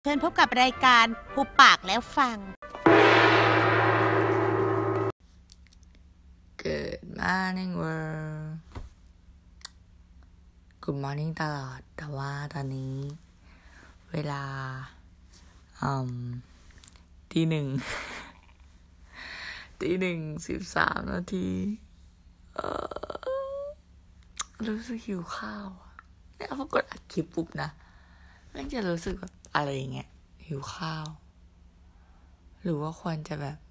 เชิญพบกับรายการหุบปากแล้วฟัง Good morning world Good morning ตลอดแต่ว่าตอนนี้เวลาตีหนึ่ง 13 นาทีรู้สึกหิวข้าวเนี่ยพอกดอัดคลิปปุ๊บนะมันจะรู้สึกแบบอะไรอย่างเงี้ยหิวข้าวหรือว่าควรจะแบบ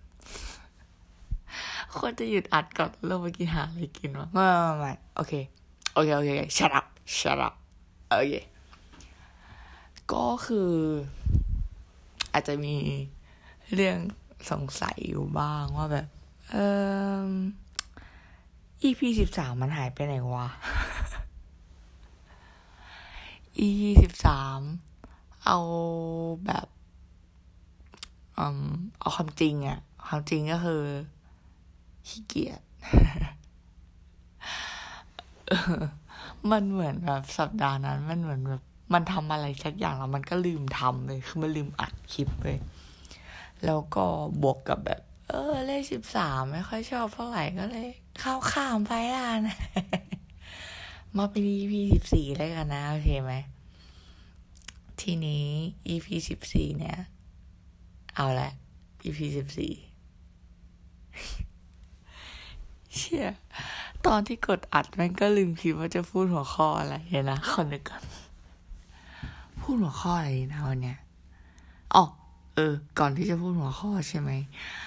ควรจะหยุดอัดก่อนแล้วไปกินหาอะไรกินวะไม่โอเค shut up โอเคก็คืออาจจะมีเรื่องสงสัยอยู่บ้างว่าแบบEP 13มันหายไปไหนวะ EP 13เอาแบบเอาความจริงก็คือขี้เกียจ มันเหมือนแบบสัปดาห์นั้นมันเหมือนแบบมันทำอะไรสักอย่างแล้วมันก็ลืมทำเลยคือมันลืมอัดคลิปเลยแล้วก็บวกกับแบบเลข13ไม่ค่อยชอบเท่าไหร่ก็เลยข้ามไปอ่ะนะ มาเป็น EP 14แล้วกันนะโอเคไหมทีนี้ EP 14เนี่ยเอาละ EP 14เชี่ยตอนที่กดอัดมันก็ลืมคิดว่าจะพูดหัวข้ออะไรนะขอนึกก่อนพูดหัวข้ออะไรนะวันเนี้ยก่อนที่จะพูดหัวข้อใช่ไหม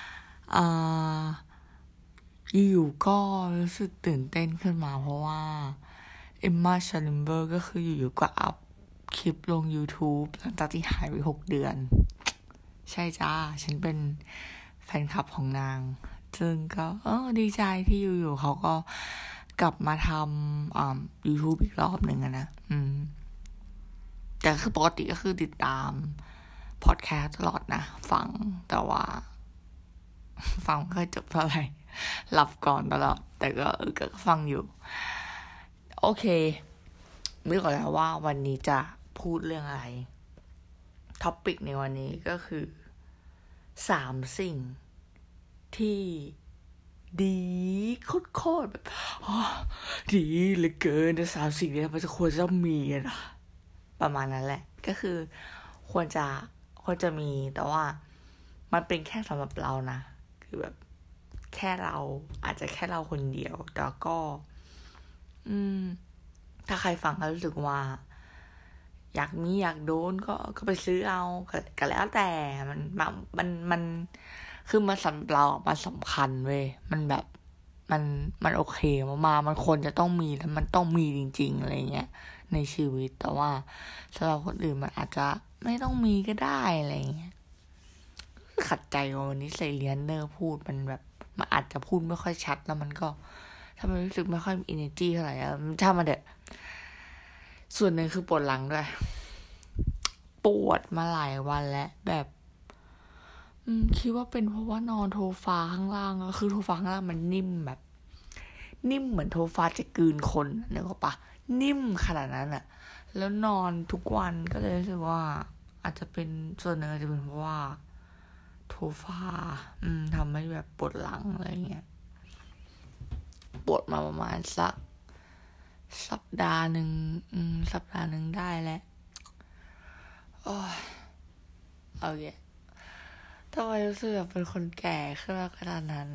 อยู่ๆก็รู้สึกตื่นเต้นขึ้นมาเพราะว่าเอมมาชาลิมเบอร์ก็คืออยู่ๆก็อัพคลิปลง YouTube หลังจากที่หายไป6 เดือนใช่จ้าฉันเป็นแฟนคลับของนางซึ่งก็ดีใจที่อยู่ๆเขาก็กลับมาทำYouTube อีกรอบหนึ่งนะแต่คือปกติก็คือติดตามพอดแคสต์ตลอดนะฟังแต่ว่าฟังไม่ค่อยจบเท่าไหร่หลับก่อนตลอดแต่ก็ฟังอยู่โอเคนึกออกแล้วว่าวันนี้จะพูดเรื่องอะไรท็อปิกในวันนี้ก็คือ3 สิ่งที่ดีโคตรแบบดีเหลือเกินแต่3 สิ่งนี้มันจะควรจะต้องมีนะประมาณนั้นแหละก็คือควรจะมีแต่ว่ามันเป็นแค่สำหรับเรานะคือแบบแค่เราอาจจะแค่เราคนเดียวแต่ก็ถ้าใครฟังแล้วรู้สึกว่าอยากโดนก็ไปซื้อเอาก็แล้วแต่มันคือมันสำหรับเรามันสำคัญเว้ยมันแบบมันโอเคมามันควรจะต้องมีแล้วมันต้องมีจริงๆอะไรเงี้ยในชีวิตแต่ว่าสำหรับคนอื่นมันอาจจะไม่ต้องมีก็ได้อะไรเงี้ยขัดใจวันนี้ใส่เลียนเนอร์พูดมันแบบมันอาจจะพูดไม่ค่อยชัดแล้วมันก็ทำไมรู้สึกไม่ค่อยมี energy เท่าไหร่ถ้ามันเด็ดส่วนหนึ่งคือปวดหลังด้วยปวดมาหลายวันแล้วแบบคิดว่าเป็นเพราะว่านอนโซฟาข้างล่างคือโซฟาข้างล่างมันนิ่มแบบนิ่มเหมือนโซฟาจะกลืนคนนึกออกปะนิ่มขนาดนั้นอะแล้วนอนทุกวันก็เลยรู้สึกว่าอาจจะเป็นส่วนหนึ่งอาจจะเป็นเพราะว่าโซฟาทำให้แบบปวดหลังอะไรเงี้ยปวดมาประมาณสัปดาห์หนึ่งได้แหละโอเคทำไมรู้สึกแบบเป็นคนแก่ขึ้นมาขนาดนั้น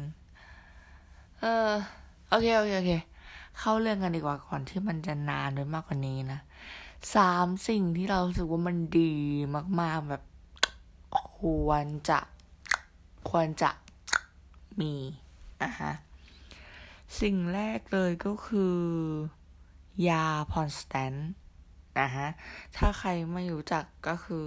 โอเคเข้าเรื่องกันดีกว่าก่อนที่มันจะนานไปมากกว่านี้นะ3 สิ่งที่เรารู้สึกว่ามันดีมากๆแบบควรจะมีสิ่งแรกเลยก็คือยาพอนสแตนต์ถ้าใครไม่รู้จักก็คื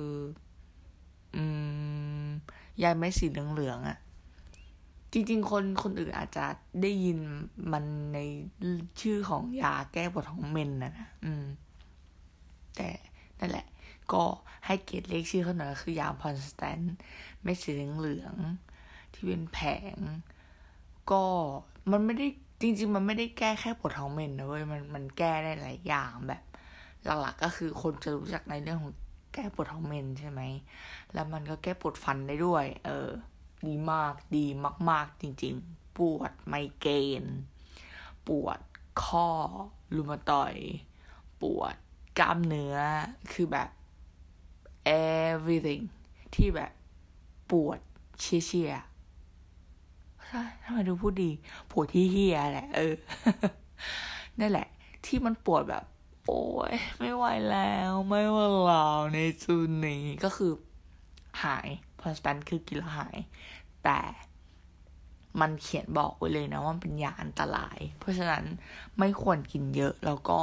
อยาเม็ดสีเหลืองๆอ่ะจริงๆคนอื่นอาจจะได้ยินมันในชื่อของยาแก้ปวดท้องเมนนะแต่นั่นแหละก็ให้เกียรติเลขชื่อเขาหน่อยคือยาพอนสแตนต์เม็ดสีเหลืองๆที่เป็นแผงก็มันไม่ได้จริงๆมันไม่ได้แก้แค่ปวดท้องเมนนะเว้ยมันแก้ได้หลายอย่างแบบหลักๆก็คือคนจะรู้จักในเรื่องของแก้ปวดท้องเมนใช่ไหมแล้วมันก็แก้ปวดฟันได้ด้วยดีมากดีมากๆจริงๆปวดไมเกรนปวดข้อรูมาตอยด์ปวดกล้ามเนื้อคือแบบ everything ที่แบบปวดเชี่ยใช่ทำไมดูพูดดีปวดที่เฮียแหละนั่นแหละที่มันปวดแบบโอ้ยไม่ไหวแล้วไม่ไหวแล้วในจุดนี้ก็คือหายพอสแตนคือกินแล้วหายแต่มันเขียนบอกไว้เลยนะว่ามันเป็นยาอันตรายเพราะฉะนั้นไม่ควรกินเยอะแล้วก็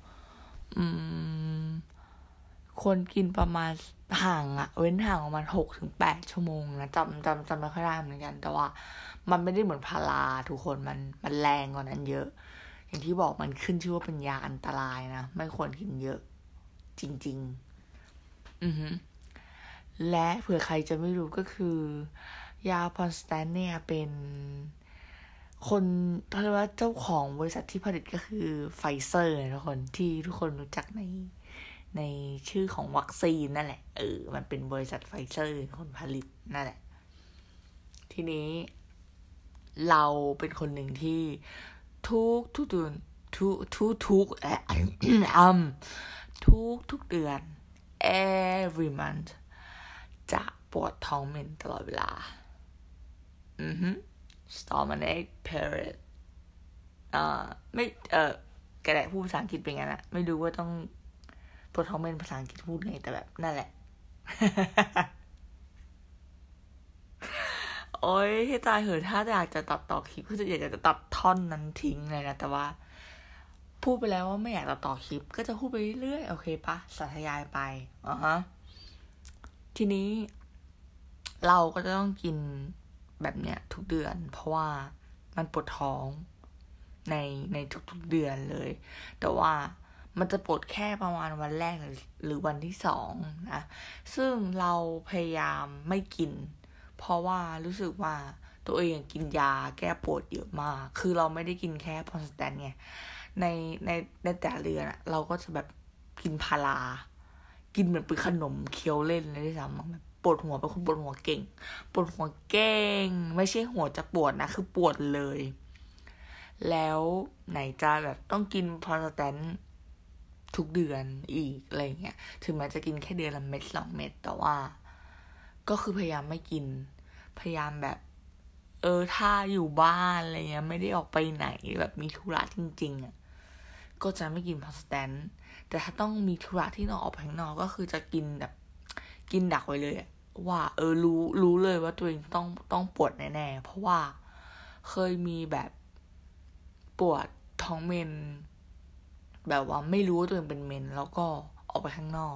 ควรกินประมาณเว้นห่างประมาณ6-8 ชั่วโมงนะจำไม่ค่อยได้เหมือนกันแต่ว่ามันไม่ได้เหมือนพาราทุกคนมันแรงกว่านั้นเยอะอย่างที่บอกมันขึ้นชื่อว่าเป็นยาอันตรายนะไม่ควรกินเยอะจริงๆและเผื่อใครจะไม่รู้ก็คือยาพอนสแตนเนี่ยเป็นคนเขาเรียกว่าเจ้าของบริษัทที่ผลิตก็คือไฟเซอร์ทุกคนที่ทุกคนรู้จักในชื่อของวัคซีนนั่นแหละมันเป็นบริษัทไฟเซอร์คนผลิตนั่นแหละทีนี้เราเป็นคนหนึ่งที่ทุกเดือนทุกเดือน every month จะปวดท้องเมนตลอดเวลาstomach period ไม่กระแดะพูดภาษาอังกฤษเป็นไงนะไม่รู้ว่าต้องปวดท้องเมนภาษาอังกฤษพูดไงแต่แบบนั่นแหละ โอ๊ยให้ตายเหอะถ้าอยากจะตัดต่อคลิปก็จะอยากจะตัดท่อนนั้นทิ้งเลยนะแต่ว่าพูดไปแล้วว่าไม่อยากตัดต่อคลิปก็จะพูดไปเรื่อยๆโอเคปะสาธยายไปทีนี้เราก็จะต้องกินแบบเนี้ยทุกเดือนเพราะว่ามันปวดท้องในทุกๆเดือนเลยแต่ว่ามันจะปวดแค่ประมาณวันแรกหรือวันที่2นะซึ่งเราพยายามไม่กินเพราะว่ารู้สึกว่าตัวเองกินยาแก้ปวดเยอะมากคือเราไม่ได้กินแค่พอนสแตนไงในแต่เดือนเราก็จะแบบกินพารากินเหมือนเป็นขนมเคี้ยวเล่นเลยด้วยซ้ำแบบปวดหัวเป็นคนปวดหัวเก่งปวดหัวเก่งไม่ใช่หัวจะปวดนะคือปวดเลยแล้วไหนจะแบบต้องกินพอนสแตนทุกเดือนอีกอะไรเงี้ยถึงแม้จะกินแค่เดือนละเม็ด2 เม็ดแต่ว่าก็คือพยายามไม่กินพยายามแบบถ้าอยู่บ้านอะไรเงี้ยไม่ได้ออกไปไหนแบบมีธุระจริงๆก็จะไม่กินพอนสแตนแต่ถ้าต้องมีธุระที่ต้องออกไปข้างนอกก็คือจะกินแบบกินดักไว้เลยว่ารู้เลยว่าตัวเองต้องปวดแน่ๆเพราะว่าเคยมีแบบปวดท้องเมนแบบว่าไม่รู้ว่าตัวเองเป็นเมนแล้วก็ออกไปข้างนอก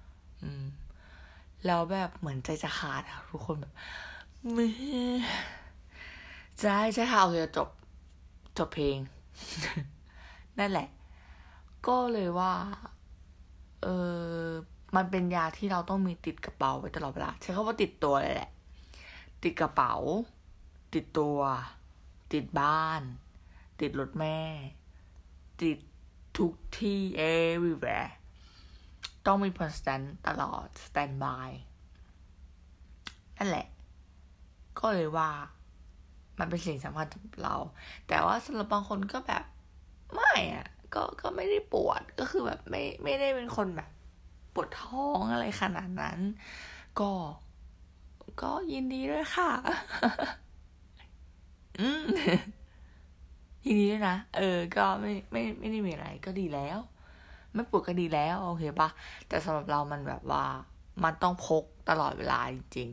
แล้วแบบเหมือนใจจะขาดทุกคนแบบมือใจขาดโอเคจบเพลง นั่นแหละก็เลยว่ามันเป็นยาที่เราต้องมีติดกระเป๋าไว้ตลอดเวลาใช้คำว่าติดตัวเลยแหละติดกระเป๋าติดตัวติดบ้านติดรถแม่ติดทุกที่ everywhere ต้องมีพอนสแตนตลอด stand by นั่นแหละก็เลยว่ามันเป็นสิ่งสำคัญสำหรับเราแต่ว่าสำหรับบางคนก็แบบไม่ก็ไม่ได้ปวดก็คือแบบไม่ได้เป็นคนแบบปวดท้องอะไรขนาดนั้นก็ยินดีด้วยค่ะ ยินดีด้วยนะก็ไม่ได้มีอะไรก็ดีแล้วไม่ปวดก็ดีแล้วโอเคปะแต่สำหรับเรามันแบบว่ามันต้องพกตลอดเวลาจริง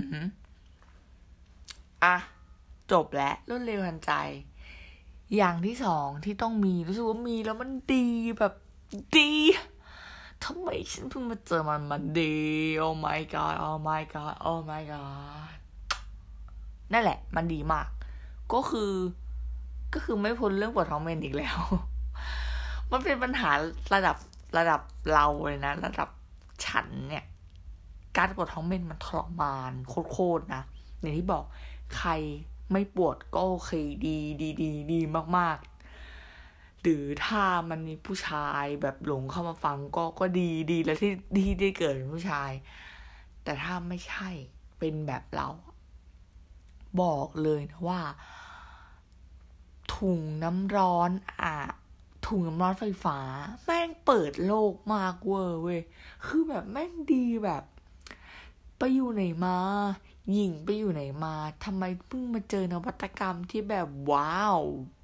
จบแล้วรวดเร็วทันใจอย่างที่2ที่ต้องมีรู้สึกว่ามีแล้วมันดีแบบดีทำไมฉันเพิ่งมาเจอมันดี oh my god oh my god oh my god นั่นแหละมันดีมากก็คือไม่พ้นเรื่องปวดท้องเมนอีกแล้ว มันเป็นปัญหาระดับเราเลยนะระดับฉันเนี่ยการปวดท้องเมนมันทรมานโคตรนะอย่างที่บอกใครไม่ปวดก็โอเคดีมากๆหรือถ้ามันมีผู้ชายแบบหลงเข้ามาฟังก็ดีแล้วที่ได้เกิดเป็นผู้ชายแต่ถ้าไม่ใช่เป็นแบบเราบอกเลยนะว่าถุงน้ำร้อนถุงน้ำร้อนไฟฟ้าแม่งเปิดโลกมากเว้ยคือแบบแม่งดีแบบไปอยู่ไหนมาหญิงไปอยู่ไหนมาทำไมเพิ่งมาเจอนวัตกรรมที่แบบว้าว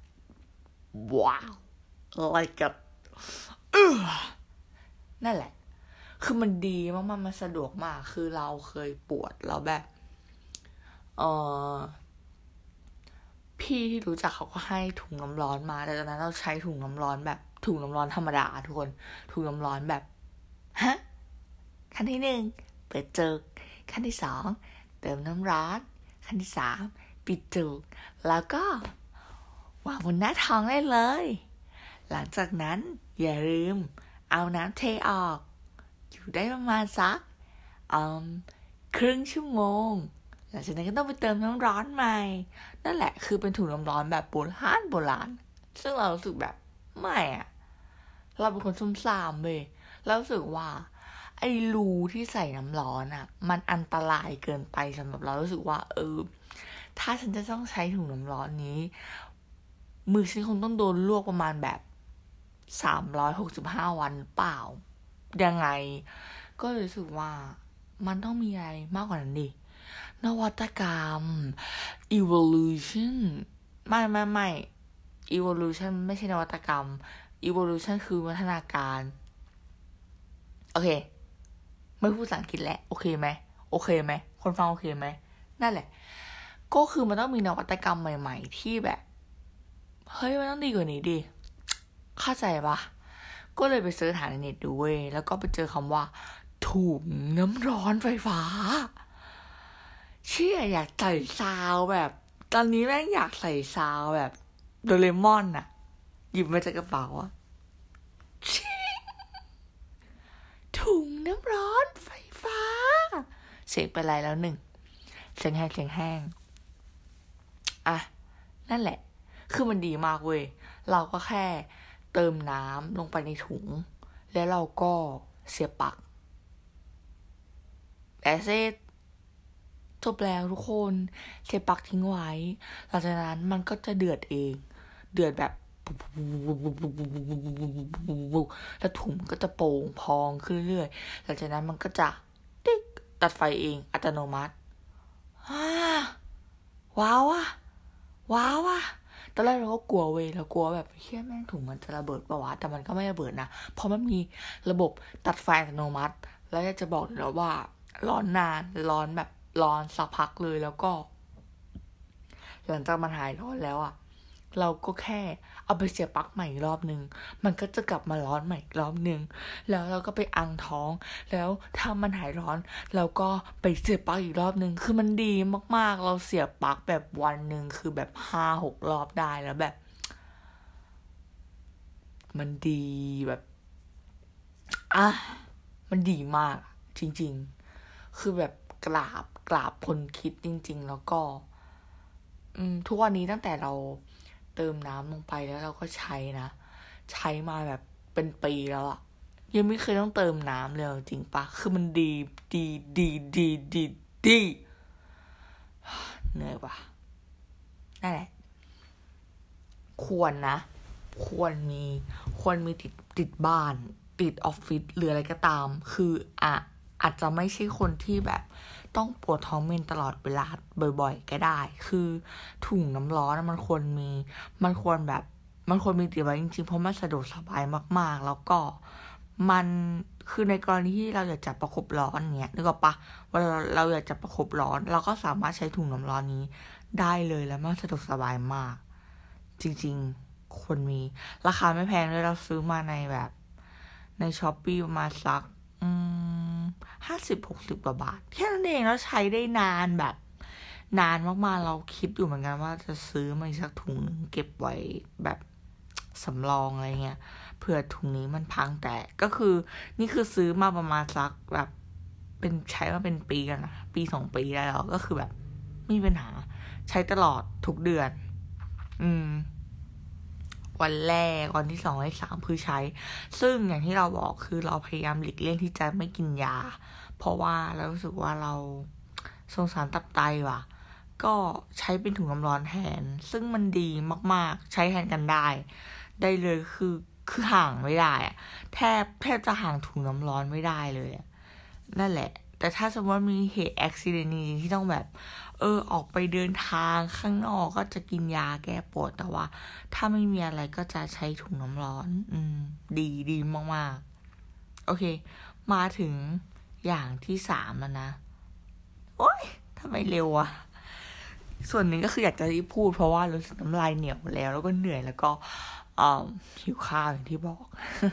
อะไรกับนั่นแหละคือมันดีมากมันสะดวกมากคือเราเคยปวดแล้วแบบพี่ที่รู้จักเขาก็ให้ถุงน้ำร้อนมาแต่ตอนนั้นเราใช้ถุงน้ำร้อนแบบถุงน้ำร้อนธรรมดาทุกคนถุงน้ำร้อนแบบขั้นที่1เปิดจุกขั้นที่2เติมน้ำร้อนขั้นที่3ปิดจุกแล้วก็วางบนหน้าท้องได้เลยหลังจากนั้นอย่าลืมเอาน้ำเทออกอยู่ได้ประมาณสักครึ่งชั่วโมงหลังจากนั้นก็ต้องไปเติมน้ำร้อนใหม่นั่นแหละคือเป็นถุงน้ำร้อนแบบโบราณซึ่งเรารู้สึกแบบไม่เราเป็นคนซุ่มซ่ามเว้ยเรารู้สึกว่าไอ้รูที่ใส่น้ำร้อนมันอันตรายเกินไปสำหรับเรารู้สึกว่าถ้าฉันจะต้องใช้ถุงน้ำร้อนนี้มือฉันคงต้องโดนลวกประมาณแบบ365 วันเปล่ายังไงก็รู้สึกว่ามันต้องมีอะไรมากกว่านั้นดินวัตกรรม evolution ไม่ evolution ไม่ใช่นวัตกรรม evolution คือวัฒนาการโอเคไม่พูดภาษาอังกฤษแล้วโอเคไหมคนฟังโอเคไหมนั่นแหละก็คือมันต้องมีนวัตกรรมใหม่ๆที่แบบเฮ้ยมันต้องดีกว่านี้ดิเข้าใจปะก็เลยไปเสิร์ชหาในเน็ตดูเว้ยแล้วก็ไปเจอคำว่าถุงน้ำร้อนไฟฟ้าเชี่ยอยากใส่ซาวแบบตอนนี้แม่งอยากใส่ซาวแบบโดเรมอนหยิบมาจากกระเป๋าถุงน้ำร้อนไฟฟ้าเสียงเป็นไรแล้วเสียงแห้งนั่นแหละคือมันดีมากเว้ยเราก็แค่เติมน้ำลงไปในถุงแล้วเราก็เสียบปลั๊กจบแล้วทุกคนเสียบปลั๊กทิ้งไว้หลังจากนั้นมันก็จะเดือดเองเดือดแบบแล้วถุงก็จะโป่งพองขึ้นเรื่อยๆหลังจากนั้นมันก็จะติ๊กตัดไฟเองอัตโนมัติว้าวตอนแรกเราก็กลัวเว้ยเรากลัวแบบเฮ้ยแม่งถุงมันจะระเบิดป่าววะแต่มันก็ไม่ระเบิดนะเพราะมันมีระบบตัดไฟอัตโนมัติแล้วจะบอกเลยว่าร้อนนานร้อนแบบร้อนสักพักเลยแล้วก็หลังจากมันหายร้อนแล้วเราก็แค่เอาไปเสียบปลั๊กใหม่อีกรอบนึงมันก็จะกลับมาร้อนใหม่อีกรอบนึงแล้วเราก็ไปอังท้องแล้วถ้ามันหายร้อนเราก็ไปเสียบปลั๊กอีกรอบนึงคือมันดีมากๆเราเสียบปลั๊กแบบวันนึงคือแบบ5-6 รอบได้แล้วแบบมันดีแบบมันดีมากจริงๆคือแบบกราบคนคิดจริงๆแล้วก็ทุกวันนี้ตั้งแต่เราเติมน้ำลงไปแล้วเราก็ใช้มาแบบเป็นปีแล้วยังไม่เคยต้องเติมน้ำเลยจริงปะคือมันดีเหนื่อยปะนั่นแหละควรมีติดบ้านติดออฟฟิศหรืออะไรก็ตามคืออาจจะไม่ใช่คนที่แบบต้องปวดท้องเมนตลอดเวลาบ่อยๆก็ได้คือถุงน้ำร้อนมันควรมีติดไว้จริงๆเพราะมันสะดวกสบายมากๆแล้วก็มันคือในกรณีที่เราอยากจะประคบร้อนเนี้ยนึกออกปะว่าเราอยากจะประคบร้อนเราก็สามารถใช้ถุงน้ำร้อนนี้ได้เลยแล้วมันสะดวกสบายมากจริงๆควรมีราคาไม่แพงเลยเราซื้อมาในแบบใน Shopee ประมาณสัก50-60 กว่าบาทแค่นั้นเองแล้วใช้ได้นานแบบนานมากๆเราคิดอยู่เหมือนกันว่าจะซื้อมาสักถุงนึงเก็บไว้แบบสำรองอะไรเงี้ยเผื่อถุงนี้มันพังแต่ก็คือนี่คือซื้อมาประมาณสักแบบใช้มาเป็นปีกันนะปี2 ปีได้แล้วก็คือแบบไม่มีปัญหาใช้ตลอดทุกเดือนวันแรกวันที่2วันที่3คือใช้ ซึ่งอย่างที่เราบอกคือเราพยายามหลีกเลี่ยงที่จะไม่กินยาเพราะว่าเรารู้สึกว่าเราสงสารตับไตว่ะก็ใช้เป็นถุงน้ำร้อนแทนซึ่งมันดีมากๆใช้แทนกันได้เลยคือห่างไม่ได้อะแทบจะห่างถุงน้ำร้อนไม่ได้เลยนั่นแหละแต่ถ้าสมมติว่ามีเหตุอุบัติเหตุนี้ที่ต้องแบบออกไปเดินทางข้างนอกก็จะกินยาแก้ปวดแต่ว่าถ้าไม่มีอะไรก็จะใช้ถุงน้ำร้อนดีมากๆโอเคมาถึงอย่างที่3แล้วนะโอ๊ยทำไมเร็วอะส่วนหนึ่งก็คืออยากจะรีบพูดเพราะว่ารู้สึกน้ำลายเหนียวแล้วก็เหนื่อยแล้วก็หิวข้าวอย่างที่บอก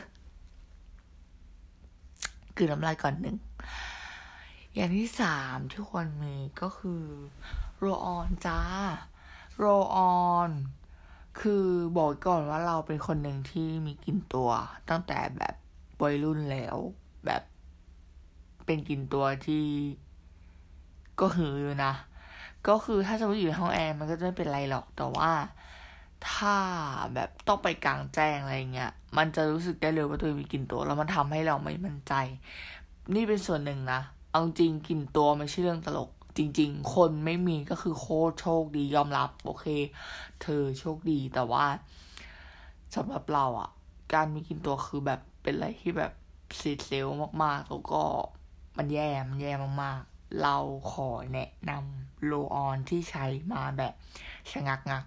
คือน้ำลายก่อนอย่างที่3ที่ควรมีก็คือโรลออนจ้าโรลออนคือบอกก่อนว่าเราเป็นคนหนึ่งที่มีกลิ่นตัวตั้งแต่แบบวัยรุ่นแล้วแบบเป็นกลิ่นตัวที่ก็หืออยู่นะก็คือถ้าจะอยู่ในห้องแอร์มันก็จะไม่เป็นไรหรอกแต่ว่าถ้าแบบต้องไปกลางแจ้งอะไรเงี้ยมันจะรู้สึกได้เลยว่าตัวเองมีกลิ่นตัวแล้วมันทำให้เราไม่มั่นใจนี่เป็นส่วนหนึ่งนะเอาจริงกลิ่นตัวไม่ใช่เรื่องตลกจริงๆคนไม่มีก็คือโคตรโชคดียอมรับโอเคเธอโชคดีแต่ว่าสำหรับเราอ่ะการมีกลิ่นตัวคือแบบเป็นอะไรที่แบบเสียเซลล์มากๆแล้วก็มันแย่มากๆเราขอแนะนำโรลออนที่ใช้มาแบบชะงักงัก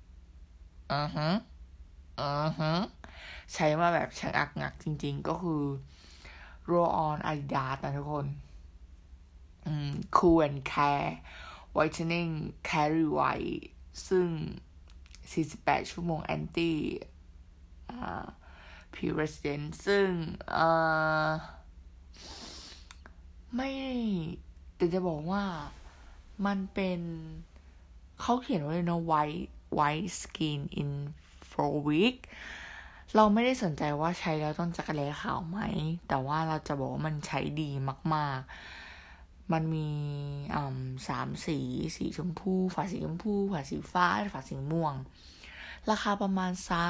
ใช้มาแบบชะงักงักจริงๆก็คือโรลออนAdidasนะทุกคนCool and Care Whitening Carry White ซึ่ง48ชั่วโมง Anti Fluorescent ซึ่งไม่แต่จะบอกว่ามันเป็นเขาเขียนไว้เลยนะ white skin in 4 weeks เราไม่ได้สนใจว่าใช้แล้วต้องจักรแลขาวไหมแต่ว่าเราจะบอกว่ามันใช้ดีมากๆมันมี3 สีชมพูฝาสีชมพูฝาสีฟ้าฝาสีม่วงราคาประมาณสัก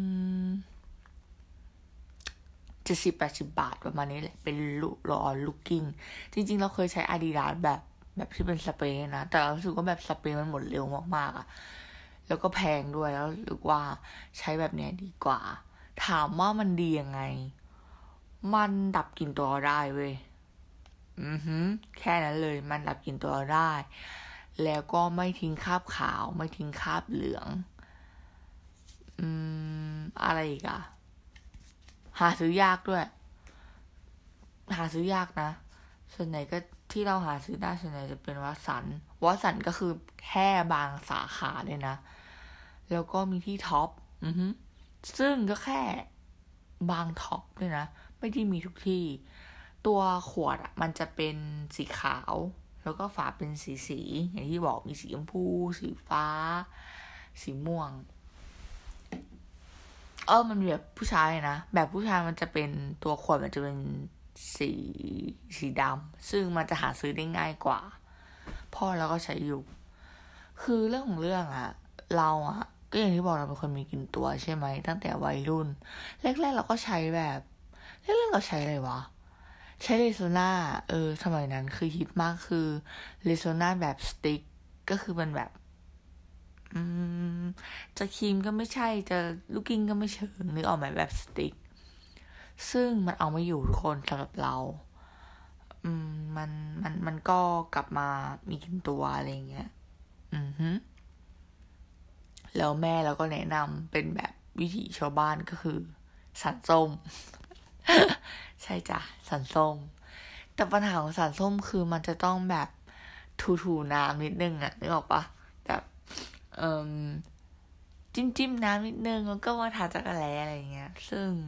70-80 บาทประมาณนี้แหละเป็นโรลออนลุคกิ้งจริงๆเราเคยใช้ Adidas แบบที่เป็นสเปรย์นะแต่เรารู้สึกว่าแบบสเปรย์มันหมดเร็วมากๆอ่ะแล้วก็แพงด้วยแล้วรู้สึกว่าใช้แบบเนี้ยดีกว่าถามว่ามันดียังไงมันดับกลิ่นตัวได้เว้ยแค่นั้นเลยมันดับกลิ่นตัวได้แล้วก็ไม่ทิ้งคราบขาวไม่ทิ้งคราบเหลืองอะไรอีกอะหาซื้อยากด้วยหาซื้อยากนะส่วนไหนก็ที่เราหาซื้อได้ส่วนใหญ่จะเป็นวัสันก็คือแค่บางสาขาเลยนะแล้วก็มีที่ท็อปซึ่งก็แค่บางท็อปด้วยนะไม่ได้มีทุกที่ตัวขวดอ่ะมันจะเป็นสีขาวแล้วก็ฝาเป็นสีอย่างที่บอกมีสีชมพูสีฟ้าสีม่วงมันมีแบบผู้ชายนะแบบผู้ชายมันจะเป็นตัวขวดมันจะเป็นสีดำซึ่งมันจะหาซื้อได้ง่ายกว่าพ่อเราก็ใช้อยู่คือเรื่องของเรื่องอ่ะเราอ่ะก็อย่างที่บอกเราเป็นคนมีกลิ่นตัวใช่ไหมตั้งแต่วัยรุ่นแรกๆเราก็ใช้แบบแรกๆเราใช้อะไรวะใช้เรโซน่าสมัยนั้นคือฮิตมากคือเรโซน่าแบบสติ๊กก็คือมันแบบจะครีมก็ไม่ใช่จะลูกกิ้งก็ไม่เชิงนึกออกไหมแบบสติ๊กซึ่งมันเอาไม่อยู่ทุกคนสำหรับเรามันก็กลับมามีกลิ่นตัวอะไรเงี้ยแล้วแม่เราก็แนะนำเป็นแบบวิถีชาวบ้านก็คือสันส้ม ใช่จ้ะสันส้มแต่ปัญหาของสันส้มคือมันจะต้องแบบถูน้ำนิดนึงนึกออกปะแบบจิ้มน้ำนิดนึงแล้วก็มาทาจักรแลอะไรเงี้ยซึ่ง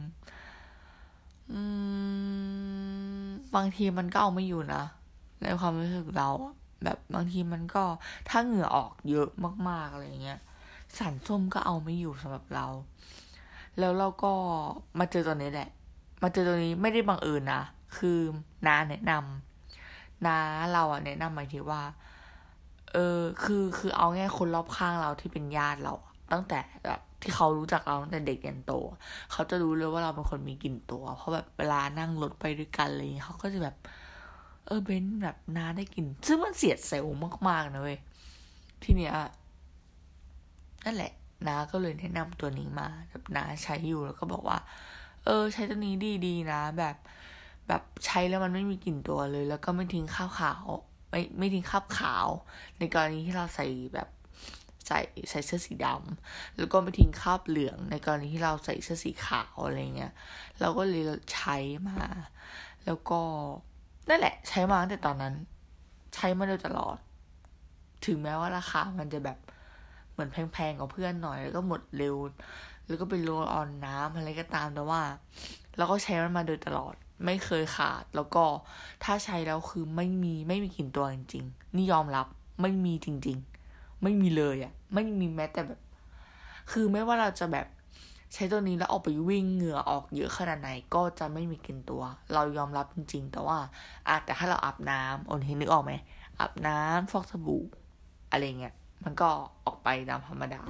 บางทีมันก็เอาไม่อยู่นะในความรู้สึกเราแบบบางทีมันก็ถ้าเหงื่อออกเยอะมากๆอะไรเงี้ยสันส้มก็เอาไม่อยู่สำหรับเราแล้วเราก็มาเจอตัวนี้แหละมาเจอตัวนี้ไม่ได้บังเอิญนะคือน้าแนะนำน้าเราแนะนำหมายถึงว่าคือเอาง่ายคนรอบข้างเราที่เป็นญาติเราตั้งแต่แบบที่เขารู้จักเราตั้งแต่เด็กยันโตเขาจะรู้เลยว่าเราเป็นคนมีกลิ่นตัวเพราะแบบเวลานั่งรถไปด้วยกันอะไรอย่างเงี้ยเขาก็จะแบบเบนแบบน้าได้กลิ่นซึ่งมันเสียดเซลล์มากๆนะเว้ยทีเนี้ยนั่นแหละน้าก็เลยแนะนำตัวนี้มาแบบน้าใช้อยู่แล้วก็บอกว่าใช้ตัวนี้ดีๆนะแบบใช้แล้วมันไม่มีกลิ่นตัวเลยแล้วก็ไม่ทิ้งคราบขาวไม่ทิ้งคราบขาวในกรณีที่เราใส่แบบใส่เสื้อสีดำแล้วก็ไม่ทิ้งคราบเหลืองในกรณีที่เราใส่เสื้อสีขาวอะไรเงี้ยเราก็เลยใช้มาแล้วก็นั่นแหละใช้มาตั้งแต่ตอนนั้นใช้มาโดยตลอดถึงแม้ว่าราคามันจะแบบเหมือนแพงๆกว่าเพื่อนหน่อยแล้วก็หมดเร็วแล้วก็เป็นโรลออนน้ำอะไรก็ตามแต่ว่าเราก็ใช้มันมาโดยตลอดไม่เคยขาดแล้วก็ถ้าใช้แล้วคือไม่มีกลิ่นตัวจริงๆนี่ยอมรับไม่มีจริงๆไม่มีเลยอ่ะไม่มีแม้แต่แบบคือไม่ว่าเราจะแบบใช้ตัวนี้แล้วออกไปวิ่งเหงื่อออกเยอะขนาดไหนก็จะไม่มีกลิ่นตัวเรายอมรับจริงๆแต่ว่าแต่ถ้าเราอาบน้ำเห็นนึกออกไหมอาบน้ำฟอกสบู่อะไรเงี้ยมันก็ออกไปตามธรรมดา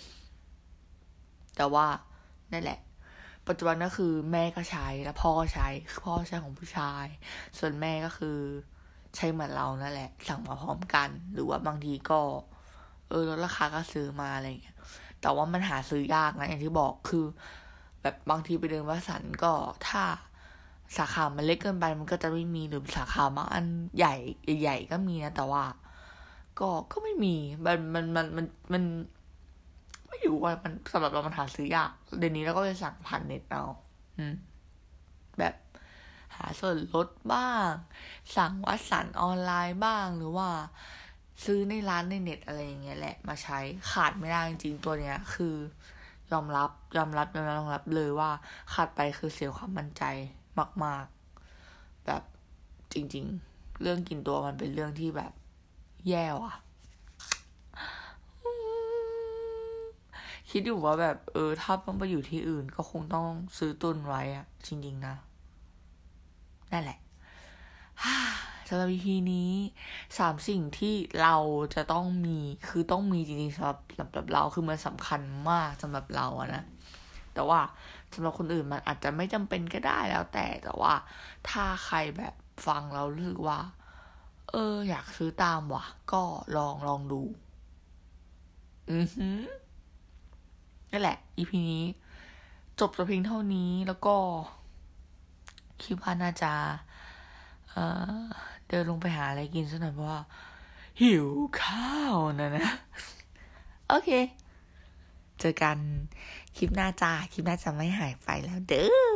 แต่ว่านั่นแหละปัจจุบันก็คือแม่ก็ใช้แล้วพ่อก็ใช้พ่อใช้ของผู้ชายส่วนแม่ก็คือใช้เหมือนเรานั่นแหละสั่งมาพร้อมกันหรือว่าบางทีก็ลดราคาก็ซื้อมาอะไรเงี้ยแต่ว่ามันหาซื้อยากนะอย่างที่บอกคือแบบบางทีไปเดินวัดสันก็ถ้าสาขามันเล็กเกินไปมันก็จะไม่มีหรือสาขาบางอันใหญ่ก็มีนะแต่ว่าก็ไม่มีมันไม่รู้ว่ามันสำหรับเรามันหาซื้อยากเดี๋ยวนี้เราก็ไปสั่งผ่านเน็ตเอาแบบหาส่วนลดบ้างสั่งวัดสันออนไลน์บ้างหรือว่าซื้อในร้านในเน็ตอะไรอย่างเงี้ยแหละมาใช้ขาดไม่ได้จริงๆตัวเนี้ยคือยอมรับเลยว่าขาดไปคือเสียความมั่นใจมากๆแบบจริงๆเรื่องกินตัวมันเป็นเรื่องที่แบบแย่ว่ะคิดอยู่ว่าแบบถ้าต้องไปอยู่ที่อื่นก็คงต้องซื้อตุนไว้อะจริงๆนะนั่นแหละสำหรับ EP นี้3สิ่งที่เราจะต้องมีคือต้องมีจริงๆสำหรับเราคือมันสำคัญมากสำหรับเราอะนะแต่ว่าสำหรับคนอื่นมันอาจจะไม่จำเป็นก็ได้แล้วแต่ว่าถ้าใครแบบฟังเรารู้สึกว่าอยากซื้อตามว่ะก็ลองดูนั่นแหละ EP นี้จบแต่เพียงเท่านี้แล้วก็คิดว่าน่าจะเดินลงไปหาอะไรกินสักหน่อยเพราะว่าหิวข้าวนะโอเคเจอกันคลิปหน้าจ้าคลิปหน้าจะไม่หายไปแล้วเด้อ